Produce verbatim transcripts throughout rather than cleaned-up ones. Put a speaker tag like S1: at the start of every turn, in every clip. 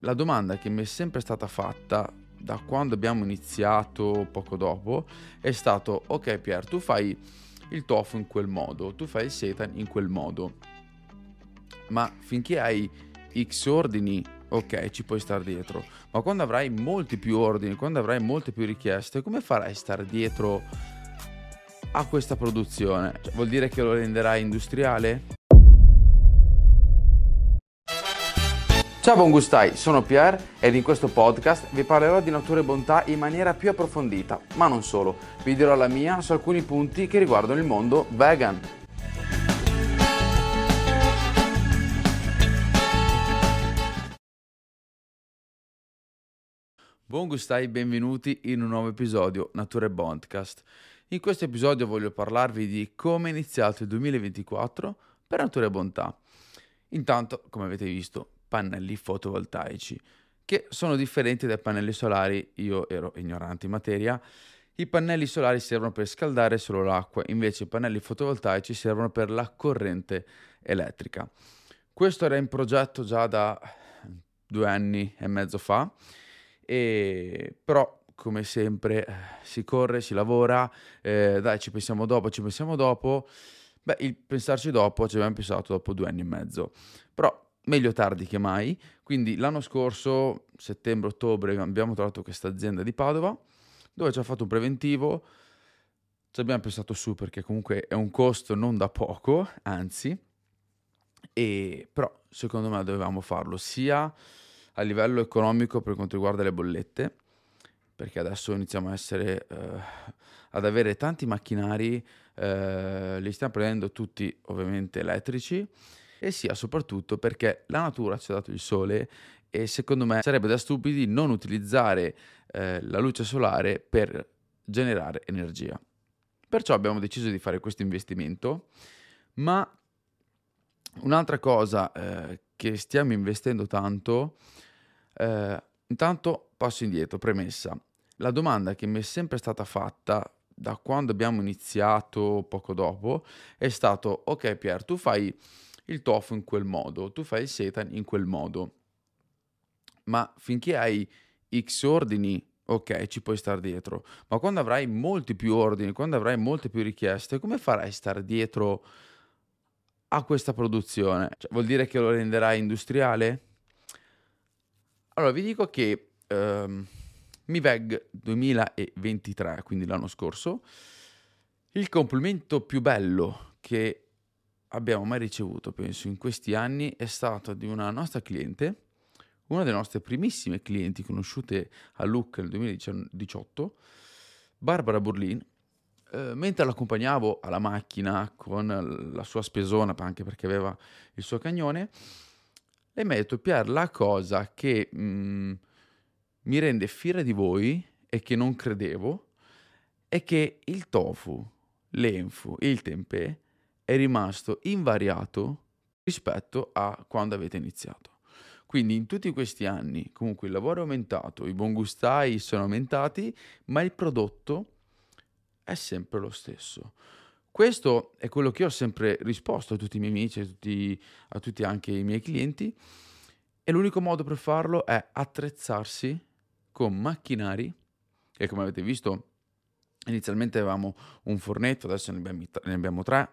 S1: La domanda che mi è sempre stata fatta da quando abbiamo iniziato poco dopo è stato: ok Pier, tu fai il tofu in quel modo, tu fai il seitan in quel modo, ma finché hai X ordini, ok, ci puoi stare dietro, ma quando avrai molti più ordini, quando avrai molte più richieste, come farai a stare dietro a questa produzione? Cioè, vuol dire che lo renderai industriale? Ciao buon gustai, sono Pier ed in questo podcast vi parlerò di natura e bontà in maniera più approfondita, ma non solo, vi dirò la mia su alcuni punti che riguardano il mondo vegan. Buon gustai, benvenuti in un nuovo episodio Natura e Bondcast. In questo episodio voglio parlarvi di come è iniziato il duemilaventiquattro per Natura e Bontà. Intanto, come avete visto, pannelli fotovoltaici, che sono differenti dai pannelli solari. Io ero ignorante in materia. I pannelli solari servono per scaldare solo l'acqua, invece i pannelli fotovoltaici servono per la corrente elettrica. Questo era in progetto già da due anni e mezzo fa, e però come sempre eh, si corre, si lavora, eh, dai ci pensiamo dopo, ci pensiamo dopo. Beh, il pensarci dopo ci abbiamo pensato dopo due anni e mezzo, però meglio tardi che mai. Quindi l'anno scorso, settembre-ottobre, abbiamo trovato questa azienda di Padova dove ci ha fatto un preventivo. Ci abbiamo pensato su perché comunque è un costo non da poco, anzi, e però secondo me dovevamo farlo sia a livello economico per quanto riguarda le bollette, perché adesso iniziamo a essere eh, ad avere tanti macchinari, eh, li stiamo prendendo tutti ovviamente elettrici, e sia soprattutto perché la natura ci ha dato il sole e secondo me sarebbe da stupidi non utilizzare eh, la luce solare per generare energia. Perciò abbiamo deciso di fare questo investimento, ma un'altra cosa eh, che stiamo investendo tanto, eh, intanto passo indietro, premessa. La domanda che mi è sempre stata fatta da quando abbiamo iniziato poco dopo è stato: ok Pier, tu fai il tofu in quel modo, tu fai il seitan in quel modo, ma finché hai X ordini, ok, ci puoi stare dietro, ma quando avrai molti più ordini, quando avrai molte più richieste, come farai a stare dietro a questa produzione? Cioè, vuol dire che lo renderai industriale? Allora, vi dico che ehm, MiVeg duemilaventitré, quindi l'anno scorso, il complimento più bello che abbiamo mai ricevuto, penso, in questi anni è stato di una nostra cliente, una delle nostre primissime clienti conosciute a Lucca nel duemiladiciotto, Barbara Burlin. Eh, mentre l'accompagnavo alla macchina con la sua spesona, anche perché aveva il suo cagnone, lei mi ha detto: Pier, la cosa che mm, mi rende fiera di voi e che non credevo è che il tofu, l'enfu e il tempeh è rimasto invariato rispetto a quando avete iniziato. Quindi in tutti questi anni comunque il lavoro è aumentato, i buon gustai sono aumentati, ma il prodotto è sempre lo stesso. Questo è quello che ho sempre risposto a tutti i miei amici, a tutti, a tutti anche i miei clienti, e l'unico modo per farlo è attrezzarsi con macchinari, che come avete visto inizialmente avevamo un fornetto, adesso ne abbiamo, ne abbiamo tre,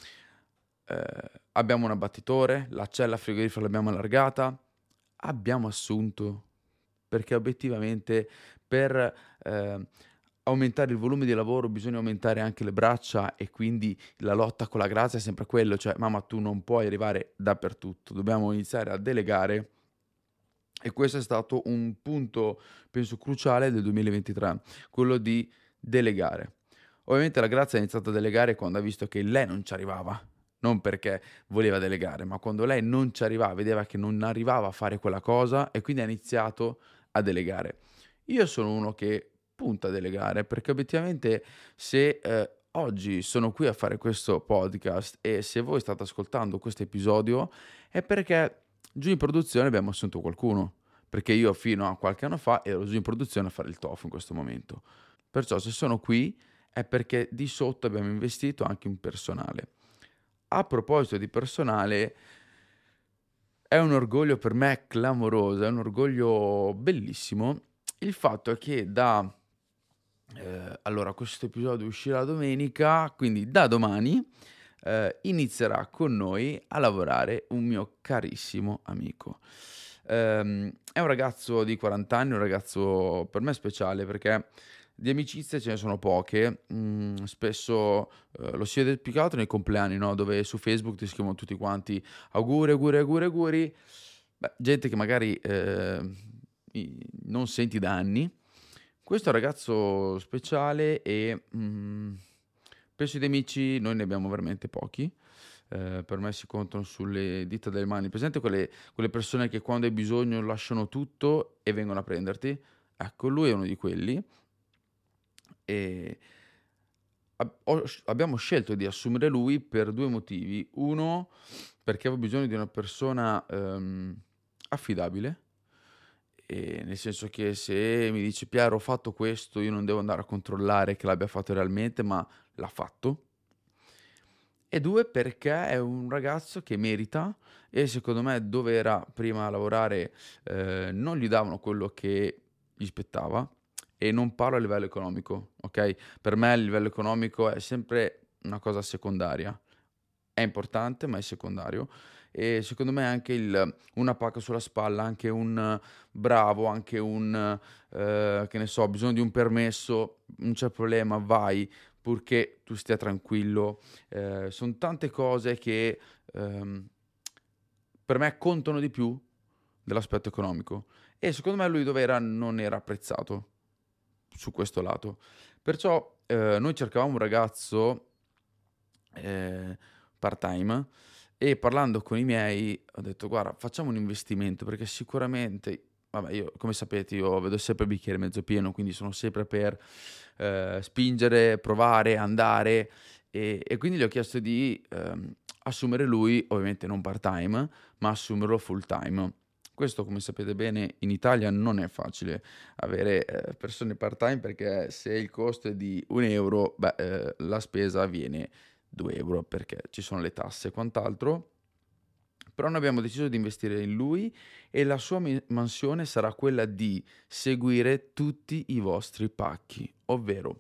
S1: eh, abbiamo un abbattitore, la cella frigorifera l'abbiamo allargata, abbiamo assunto, perché obiettivamente per eh, aumentare il volume di lavoro bisogna aumentare anche le braccia, e quindi la lotta con la grazia è sempre quello, cioè mamma tu non puoi arrivare dappertutto, dobbiamo iniziare a delegare, e questo è stato un punto penso cruciale del duemilaventitré, quello di delegare. Ovviamente la grazia ha iniziato a delegare quando ha visto che lei non ci arrivava, non perché voleva delegare, ma quando lei non ci arrivava, vedeva che non arrivava a fare quella cosa e quindi ha iniziato a delegare. Io sono uno che punta a delegare perché obiettivamente se eh, oggi sono qui a fare questo podcast e se voi state ascoltando questo episodio è perché giù in produzione abbiamo assunto qualcuno, perché io fino a qualche anno fa ero giù in produzione a fare il tofu in questo momento. Perciò se sono qui è perché di sotto abbiamo investito anche in personale. A proposito di personale, È un orgoglio per me clamoroso, è un orgoglio bellissimo. Il fatto è che da ehm, allora questo episodio uscirà domenica, quindi da domani, ehm, inizierà con noi a lavorare un mio carissimo amico. Ehm, è un ragazzo di quaranta anni, un ragazzo per me speciale perché di amicizie ce ne sono poche, mhmm, spesso, ehm, lo si vede più che altro nei compleanni, no, dove su Facebook ti scrivono tutti quanti: "Auguri, auguri, auguri, auguri". Beh, gente che magari, ehm, i non senti da anni. Questo è un ragazzo speciale e, mhmm, penso di amici noi ne abbiamo veramente pochi. Ehm, per me si contano sulle dita delle mani. Presente quelle quelle persone che quando hai bisogno lasciano tutto e vengono a prenderti? Ecco, lui è uno di quelli. E ab ho sc abbiamo scelto di assumere lui per due motivi: uno, perché avevo bisogno di una persona, ehm, affidabile, ehm, nel senso che se mi dice: "Piero ho fatto questo", io non devo andare a controllare che l'abbia fatto realmente, ma l'ha fatto. E due, perché è un ragazzo che merita e secondo me dove era prima a lavorare, ehm, non gli davano quello che gli spettava, e non parlo a livello economico, okay, per me il livello economico è sempre una cosa secondaria. È importante, ma è secondario. E secondo me anche il una pacca sulla spalla, anche un eh, bravo, anche un, ehm, che ne so, ho bisogno di un permesso, non c'è problema, vai, purché tu stia tranquillo. Ehm, son tante cose che, ehm, per me contano di più dell'aspetto economico. E secondo me lui dov'era non era apprezzato su questo lato. Perciò, ehm, noi cercavamo un ragazzo, ehm, part-time, e parlando con i miei ho detto: "Guarda, facciamo un investimento perché sicuramente", vabbè, io come sapete io vedo sempre il bicchiere mezzo pieno, quindi sono sempre per, ehm, spingere, provare, andare, e e quindi gli ho chiesto di, ehm, assumere lui, ovviamente non part-time, ma assumerlo full-time. Questo, come sapete bene, in Italia non è facile avere, ehm, persone part-time, perché se il costo è di un euro €, beh, ehm, la spesa viene due euro € perché ci sono le tasse e quant'altro. Però noi abbiamo deciso di investire in lui e la sua mi mansione sarà quella di seguire tutti i vostri pacchi, ovvero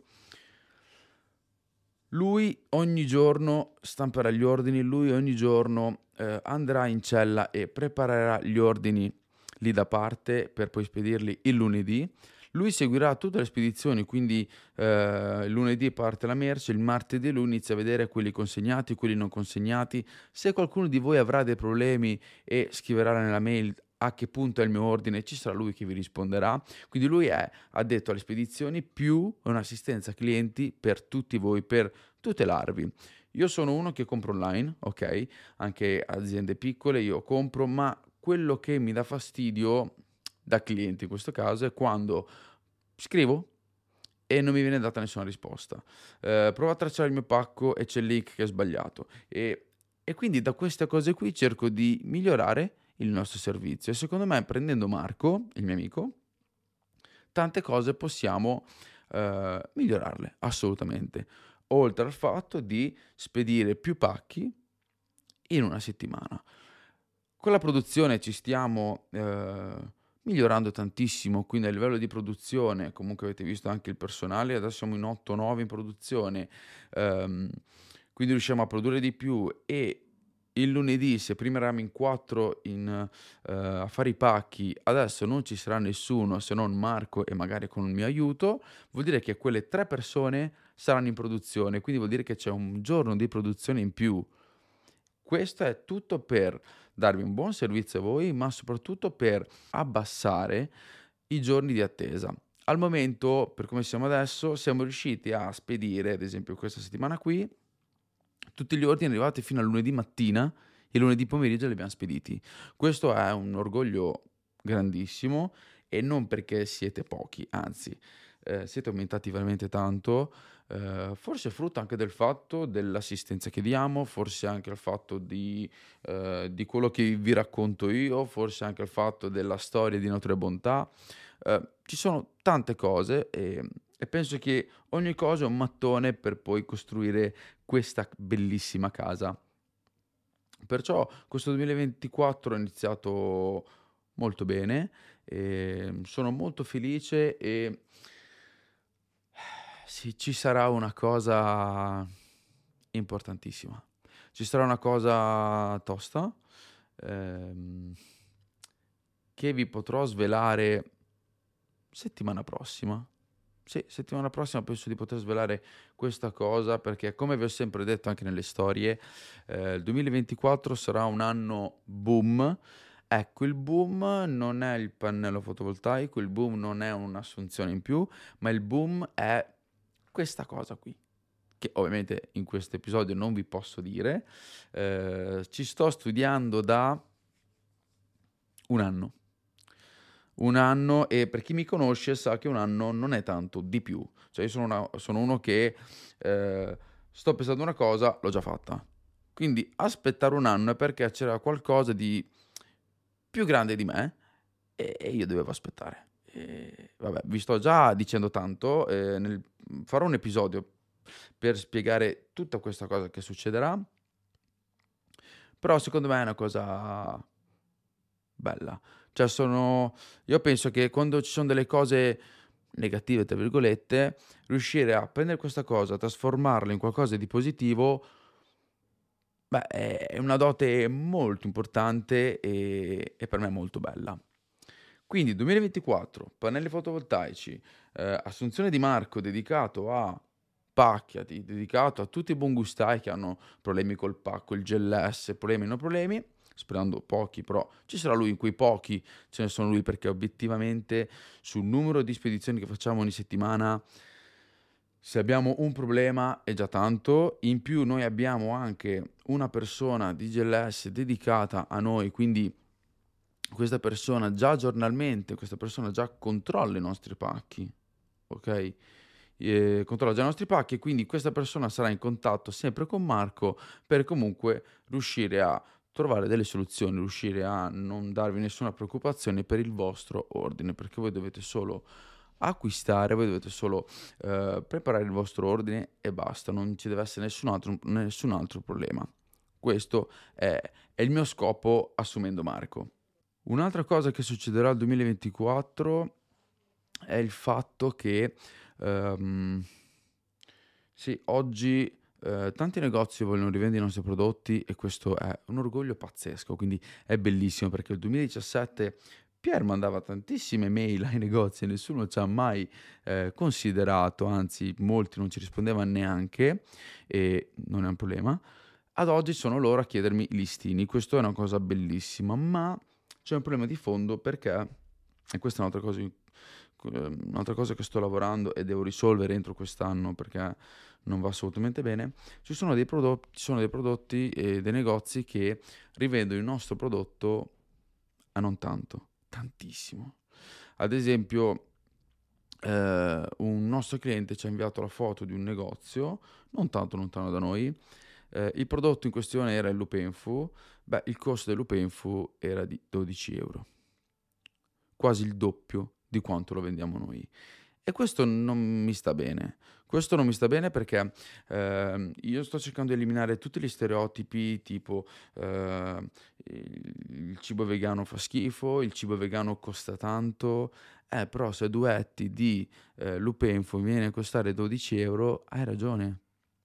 S1: lui ogni giorno stamperà gli ordini, lui ogni giorno, ehm, andrà in cella e preparerà gli ordini lì da parte per poi spedirli il lunedì. Lui seguirà tutte le spedizioni, quindi, ehm, il lunedì parte la merce, il martedì lui inizia a vedere quelli consegnati, quelli non consegnati. Se qualcuno di voi avrà dei problemi e scriverà nella mail a che punto è il mio ordine, ci sarà lui che vi risponderà. Quindi lui è addetto alle spedizioni più un'assistenza clienti per tutti voi, per tutelarvi. Io sono uno che compro online, okay, anche aziende piccole io compro, ma quello che mi dà fastidio, da clienti in questo caso, è quando scrivo e non mi viene data nessuna risposta. Ehm, provo a tracciare il mio pacco e c'è il link che è sbagliato. E e quindi da queste cose qui cerco di migliorare il nostro servizio e secondo me prendendo Marco, il mio amico, tante cose possiamo, ehm, migliorarle, assolutamente. Oltre al fatto di spedire più pacchi in una settimana. Con la produzione ci stiamo, ehm, migliorando tantissimo, quindi a livello di produzione, comunque avete visto anche il personale, adesso siamo in otto, nove in produzione, ehm, quindi riusciamo a produrre di più. E il lunedì, se prima eravamo in quattro in ehm, a fare i pacchi, adesso non ci sarà nessuno se non Marco e magari con il mio aiuto, vuol dire che quelle tre persone saranno in produzione, quindi vuol dire che c'è un giorno di produzione in più. Questo è tutto per darvi un buon servizio a voi, ma soprattutto per abbassare i giorni di attesa. Al momento, per come siamo adesso, siamo riusciti a spedire, ad esempio questa settimana qui, tutti gli ordini arrivati fino a lunedì mattina e lunedì pomeriggio li abbiamo spediti. Questo è un orgoglio grandissimo e non perché siete pochi, anzi, ehm, siete aumentati veramente tanto, ehm, forse frutto anche del fatto dell'assistenza che diamo, forse anche il fatto di ehm, di quello che vi racconto io, forse anche il fatto della storia di Natura e Bontà. Ehm, ci sono tante cose, ehm, e penso che ogni cosa è un mattone per poi costruire questa bellissima casa. Perciò questo duemilaventiquattro è iniziato molto bene, ehm, sono molto felice e sì, ci sarà una cosa importantissima. Ci sarà una cosa tosta, ehm, che vi potrò svelare settimana prossima. Sì, settimana prossima penso di poter svelare questa cosa perché, come vi ho sempre detto anche nelle storie, eh, il duemilaventiquattro sarà un anno boom. Ecco, il boom non è il pannello fotovoltaico, il boom non è un'assunzione in più, ma il boom è questa cosa qui, che ovviamente in questo episodio non vi posso dire. Eh, ci sto studiando da un anno. Un anno, e per chi mi conosce sa che un anno non è tanto di più. Cioè io sono, una- sono uno che eh, sto pensando una cosa, l'ho già fatta. Quindi aspettare un anno è perché c'era qualcosa di più grande di me e, e io dovevo aspettare. E, vabbè, vi sto già dicendo tanto, eh, nel- farò un episodio per spiegare tutta questa cosa che succederà, però secondo me è una cosa bella. Cioè sono io penso che quando ci son delle cose "negative" tra virgolette, riuscire a prendere questa cosa, trasformarla in qualcosa di positivo, beh, è è una dote molto importante e e per me molto bella. Quindi duemilaventiquattro, pannelli fotovoltaici, ehm, assunzione di Marco dedicato a pacchiati, dedicato a tutti i buongustai che hanno problemi col pacco, il G L S, problemi e non problemi, sperando pochi, però ci sarà lui in quei pochi, ce ne sono lui perché obiettivamente sul numero di spedizioni che facciamo ogni settimana, se abbiamo un problema è già tanto. In più noi abbiamo anche una persona di G L S dedicata a noi, quindi questa persona già giornalmente, questa persona già controlla i nostri pacchi, okay, ehm, controlla già i nostri pacchi e quindi questa persona sarà in contatto sempre con Marco per comunque riuscire a trovare delle soluzioni, riuscire a non darvi nessuna preoccupazione per il vostro ordine, perché voi dovete solo acquistare, voi dovete solo, ehm, preparare il vostro ordine e basta, non ci deve essere nessun altro nessun altro problema. Questo è è il mio scopo assumendo Marco. Un'altra cosa che succederà al duemilaventiquattro è il fatto che, ehm, sì, oggi, ehm, tanti negozi vogliono rivendere i nostri prodotti e questo è un orgoglio pazzesco, quindi è bellissimo perché il duemiladiciassette Pier mandava tantissime mail ai negozi e nessuno ci ha mai, ehm, considerato, anzi molti non ci rispondeva neanche e non è un problema. Ad oggi sono loro a chiedermi i listini, questo è una cosa bellissima, ma c'è un problema di fondo perché, e questa è un'altra cosa in q ehm, un'altra cosa che sto lavorando e devo risolvere entro quest'anno perché non va assolutamente bene, ci sono dei prodo ci sono dei prodotti e dei negozi che rivendono il nostro prodotto a non tanto, tantissimo. Ad esempio, ehm, un nostro cliente ci ha inviato la foto di un negozio, non tanto lontano da noi. Ehm, il prodotto in questione era il Lupenfu. Beh, il costo del Lupenfu era di dodici euro €, quasi il doppio di quanto lo vendiamo noi. E questo non mi sta bene. Questo non mi sta bene perché, ehm, io sto cercando di eliminare tutti gli stereotipi tipo, ehm, il il cibo vegano fa schifo, il cibo vegano costa tanto. Eh, però se due etti di, ehm, Lupenfu mi viene a costare dodici euro €, hai ragione.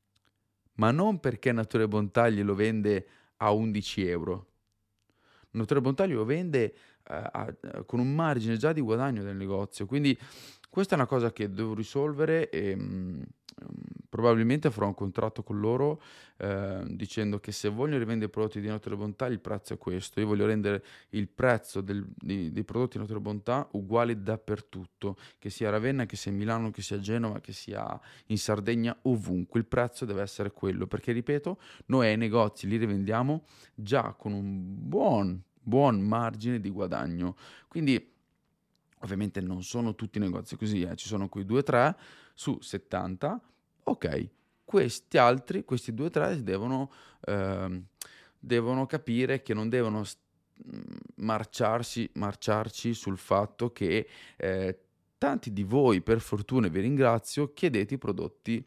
S1: Ma non perché Natura e Bontà glielo vende a undici euro €. Natura e Bontà glielo vende, ehm, a ehm, con un margine già di guadagno del negozio. Quindi questa è una cosa che devo risolvere, ehm, ehm, probabilmente farò un contratto con loro, ehm, dicendo che se vogliono rivendere i prodotti di Natura e Bontà il prezzo è questo. Io voglio rendere il prezzo del di dei prodotti Natura e Bontà uguali dappertutto, che sia a Ravenna, che sia a Milano, che sia a Genova, che sia in Sardegna, ovunque. Il prezzo deve essere quello, perché ripeto, noi ai negozi li rivendiamo già con un buon, buon margine di guadagno. Quindi ovviamente non sono tutti i negozi così, eh, ci sono quei due o tre su settanta, okay. Questi altri, questi due o tre devono ehm, devono capire che non devono s mhmm, marciarsi marciarci sul fatto che, ehm, tanti di voi, per fortuna e vi ringrazio, chiedete i prodotti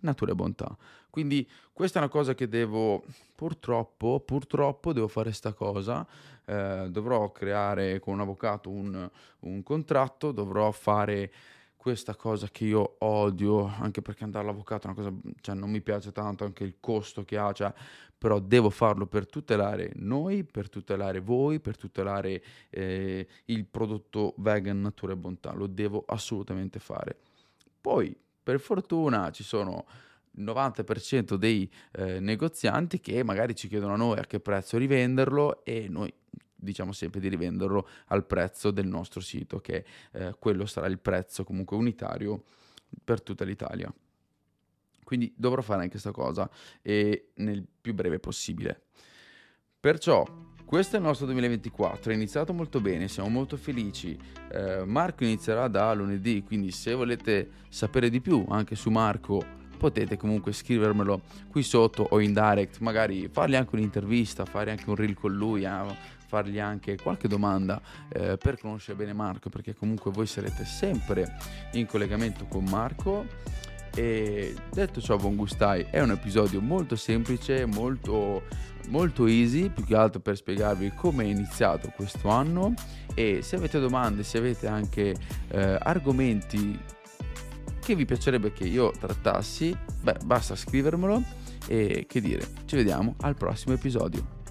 S1: natura e bontà. Quindi questa è una cosa che devo, purtroppo, purtroppo devo fare sta cosa, eh, dovrò creare con un avvocato un, un contratto, dovrò fare questa cosa che io odio, anche perché andare all'avvocato è una cosa, cioè non mi piace tanto, anche il costo che ha, cioè, però devo farlo per tutelare noi, per tutelare voi, per tutelare eh, il prodotto vegan, natura e bontà, lo devo assolutamente fare. Poi, per fortuna, ci sono il novanta per cento dei eh, negozianti che magari ci chiedono a noi a che prezzo rivenderlo e noi diciamo sempre di rivenderlo al prezzo del nostro sito, che eh, quello sarà il prezzo comunque unitario per tutta l'Italia. Quindi dovrò fare anche questa cosa e nel più breve possibile. Perciò questo è il nostro duemilaventiquattro, è iniziato molto bene, siamo molto felici. Eh, Marco inizierà da lunedì, quindi se volete sapere di più anche su Marco potete comunque scrivermelo qui sotto o in direct, magari fargli anche un'intervista, fare anche un reel con lui, eh, fargli anche qualche domanda eh, per conoscere bene Marco, perché comunque voi sarete sempre in collegamento con Marco. E detto ciò, buon gustai, è un episodio molto semplice, molto, molto easy, più che altro per spiegarvi come è iniziato questo anno. E se avete domande, se avete anche eh, argomenti che vi piacerebbe che io trattassi, beh, basta scrivermelo. E che dire, ci vediamo al prossimo episodio.